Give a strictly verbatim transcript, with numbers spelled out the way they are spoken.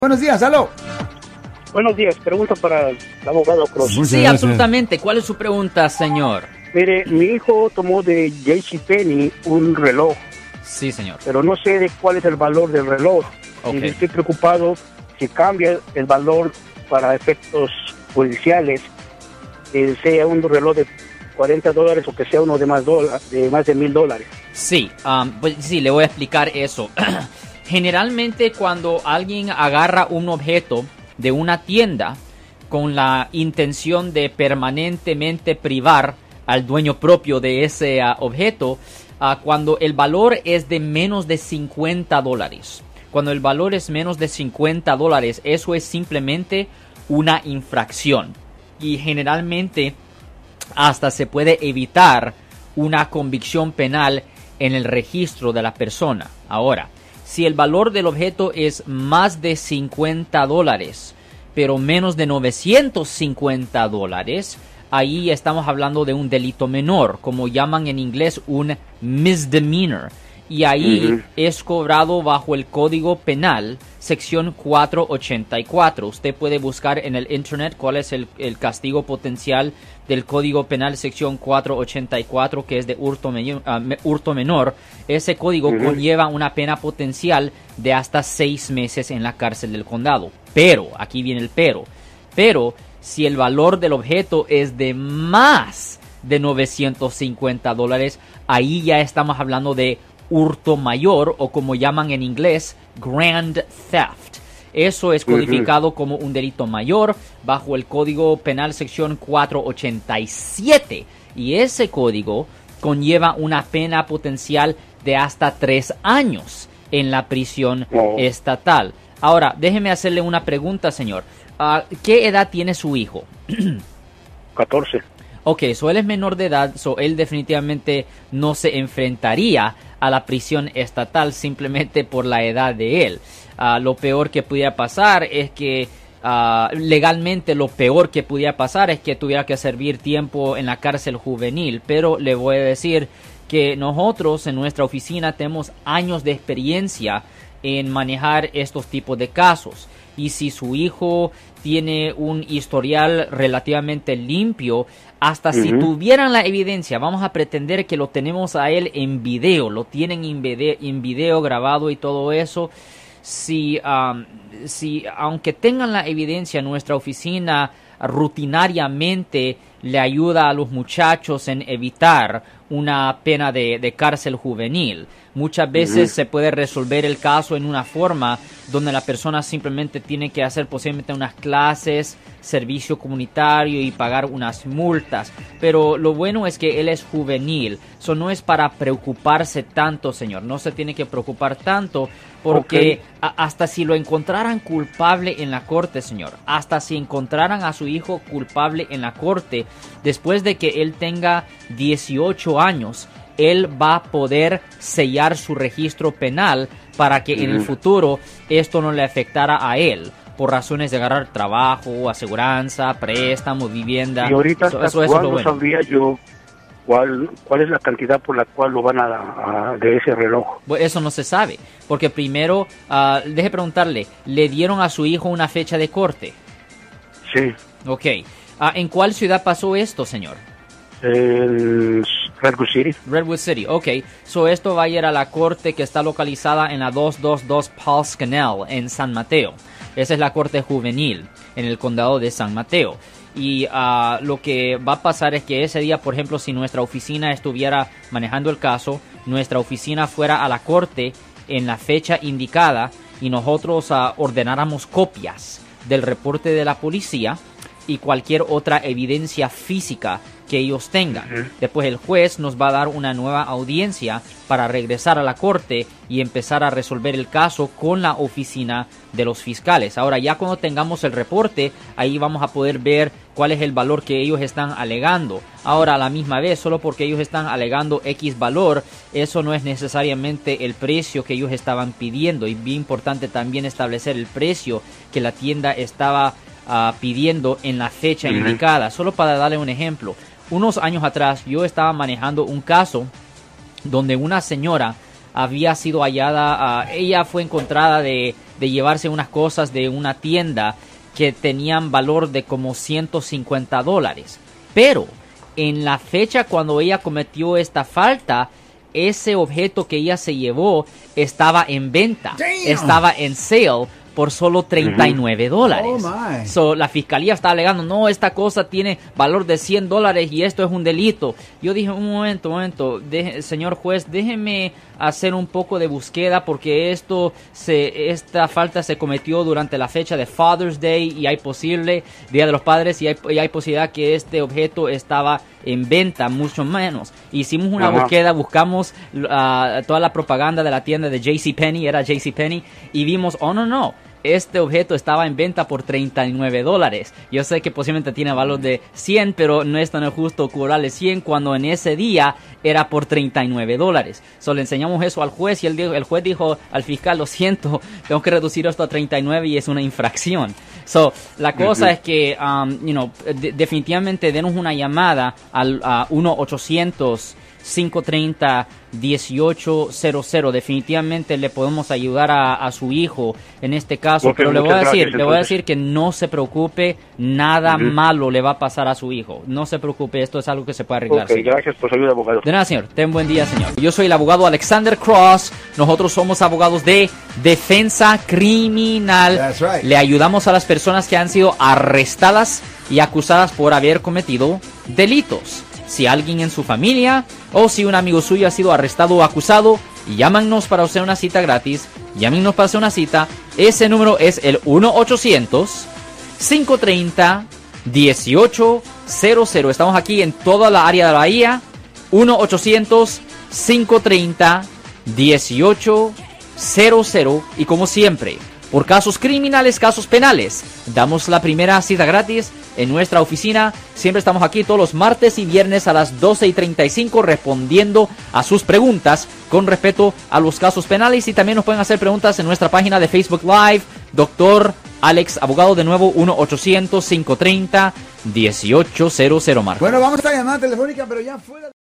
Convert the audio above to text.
Buenos días, aló. Buenos días, pregunta para el abogado Cruz. Muchas sí, gracias. Absolutamente. ¿Cuál es su pregunta, señor? Mire, mi hijo tomó de JCPenney un reloj. Sí, señor. Pero no sé de cuál es el valor del reloj. Okay. Y estoy preocupado si cambia el valor para efectos judiciales, que sea un reloj de cuarenta dólares o que sea uno de más, dola, de, más de mil dólares. Sí, um, pues sí, le voy a explicar eso. Generalmente cuando alguien agarra un objeto de una tienda con la intención de permanentemente privar al dueño propio de ese uh, objeto, uh, cuando el valor es de menos de cincuenta dólares. Cuando el valor es menos de cincuenta dólares, eso es simplemente una infracción. Y generalmente hasta se puede evitar una convicción penal en el registro de la persona. Ahora, si el valor del objeto es más de cincuenta dólares, pero menos de novecientos cincuenta dólares, ahí estamos hablando de un delito menor, como llaman en inglés un misdemeanor. Y ahí uh-huh. es cobrado bajo el Código Penal, sección cuatrocientos ochenta y cuatro. Usted puede buscar en el internet cuál es el, el castigo potencial del Código Penal, sección cuatrocientos ochenta y cuatro, que es de hurto, me, uh, hurto menor. Ese código uh-huh. conlleva una pena potencial de hasta seis meses en la cárcel del condado. Pero, aquí viene el pero, pero si el valor del objeto es de más de novecientos cincuenta dólares, ahí ya estamos hablando de hurto mayor, o como llaman en inglés, grand theft. Eso es codificado uh-huh. como un delito mayor bajo el Código Penal sección cuatrocientos ochenta y siete. Y ese código conlleva una pena potencial de hasta tres años en la prisión oh. estatal. Ahora, déjeme hacerle una pregunta, señor. Uh, ¿Qué edad tiene su hijo? catorce. Ok, so él es menor de edad, so él definitivamente no se enfrentaría a la prisión estatal simplemente por la edad de él. Uh, lo peor que pudiera pasar es que, uh, legalmente lo peor que pudiera pasar es que tuviera que servir tiempo en la cárcel juvenil, pero le voy a decir que nosotros en nuestra oficina tenemos años de experiencia en manejar estos tipos de casos. Y si su hijo tiene un historial relativamente limpio, hasta uh-huh. si tuvieran la evidencia, vamos a pretender que lo tenemos a él en video, lo tienen en video, en video grabado y todo eso. Si, um, si aunque tengan la evidencia, nuestra oficina rutinariamente le ayuda a los muchachos en evitar una pena de, de cárcel juvenil. Muchas veces uh-huh. se puede resolver el caso en una forma donde la persona simplemente tiene que hacer posiblemente unas clases, servicio comunitario y pagar unas multas. Pero lo bueno es que él es juvenil. Eso no es para preocuparse tanto, señor. No se tiene que preocupar tanto porque okay. a, hasta si lo encontraran culpable en la corte, señor, hasta si encontraran a su hijo culpable en la corte, después de que él tenga dieciocho años, él va a poder sellar su registro penal para que uh-huh. en el futuro esto no le afectara a él por razones de agarrar trabajo, aseguranza, préstamo, vivienda. Y ahorita eso, eso, eso es lo bueno. sabría yo cuál cuál es la cantidad por la cual lo van a, a de ese reloj. Bueno, eso no se sabe, porque primero, uh, deje preguntarle, ¿le dieron a su hijo una fecha de corte? Sí. Ok. Uh, ¿En cuál ciudad pasó esto, señor? En Redwood City. Redwood City, ok. So esto va a ir a la corte que está localizada en la doscientos veintidós Paul's Canal en San Mateo. Esa es la corte juvenil en el condado de San Mateo. Y uh, lo que va a pasar es que ese día, por ejemplo, si nuestra oficina estuviera manejando el caso, nuestra oficina fuera a la corte en la fecha indicada y nosotros uh, ordenáramos copias del reporte de la policía y cualquier otra evidencia física que ellos tengan. Uh-huh. Después el juez nos va a dar una nueva audiencia para regresar a la corte y empezar a resolver el caso con la oficina de los fiscales. Ahora, ya cuando tengamos el reporte, ahí vamos a poder ver cuál es el valor que ellos están alegando. Ahora, a la misma vez, solo porque ellos están alegando X valor, eso no es necesariamente el precio que ellos estaban pidiendo. Y bien importante también establecer el precio que la tienda estaba uh, pidiendo en la fecha uh-huh. indicada. Solo para darle un ejemplo. Unos años atrás yo estaba manejando un caso donde una señora había sido hallada, uh, ella fue encontrada de, de llevarse unas cosas de una tienda que tenían valor de como ciento cincuenta dólares. Pero en la fecha cuando ella cometió esta falta, ese objeto que ella se llevó estaba en venta, Damn. estaba en sale por solo treinta y nueve dólares. Oh, my. So, la fiscalía está alegando, no, esta cosa tiene valor de cien dólares y esto es un delito. Yo dije, un momento, un momento, deje, señor juez, déjeme hacer un poco de búsqueda porque esto se, esta falta se cometió durante la fecha de Father's Day y hay posible, Día de los Padres, y hay, y hay posibilidad que este objeto estaba en venta, mucho menos. Hicimos una Ajá. búsqueda, buscamos uh, toda la propaganda de la tienda de JCPenney, era JCPenney, y vimos, oh no, no, este objeto estaba en venta por treinta y nueve dólares. Yo sé que posiblemente tiene valor de cien, pero no es tan justo cobrarle cien cuando en ese día era por treinta y nueve dólares. So, le enseñamos eso al juez y el, el juez dijo al fiscal, lo siento, tengo que reducir esto a treinta y nueve y es una infracción. So, la cosa uh-huh. es que, um, you know, de, definitivamente denos una llamada al a uno ochocientos, cinco treinta, dieciocho cero cero. Definitivamente le podemos ayudar a, a su hijo en este caso, okay, pero le voy a decir, gracias, le voy a decir que no se preocupe, nada uh-huh. malo le va a pasar a su hijo. No se preocupe, esto es algo que se puede arreglar. Ok, gracias por su ayuda, abogado. De nada, señor. Ten buen día, señor. Yo soy el abogado Alexander Cross. Nosotros somos abogados de defensa criminal. That's right. Le ayudamos a las personas que han sido arrestadas y acusadas por haber cometido delitos. Si alguien en su familia o si un amigo suyo ha sido arrestado o acusado, llámanos para hacer una cita gratis. Llámenos para hacer una cita. Ese número es el uno ochocientos, cinco treinta, dieciocho cero cero. Estamos aquí en toda la área de la Bahía. uno ochocientos, cinco treinta, dieciocho cero cero. Y como siempre, por casos criminales, casos penales, damos la primera cita gratis en nuestra oficina. Siempre estamos aquí todos los martes y viernes a las doce y treinta y cinco respondiendo a sus preguntas con respecto a los casos penales. Y también nos pueden hacer preguntas en nuestra página de Facebook Live. Doctor Alex, abogado, de nuevo, uno ochocientos, cinco treinta, dieciocho cero cero, Marco. Bueno, vamos a esta llamada telefónica, pero ya fuera...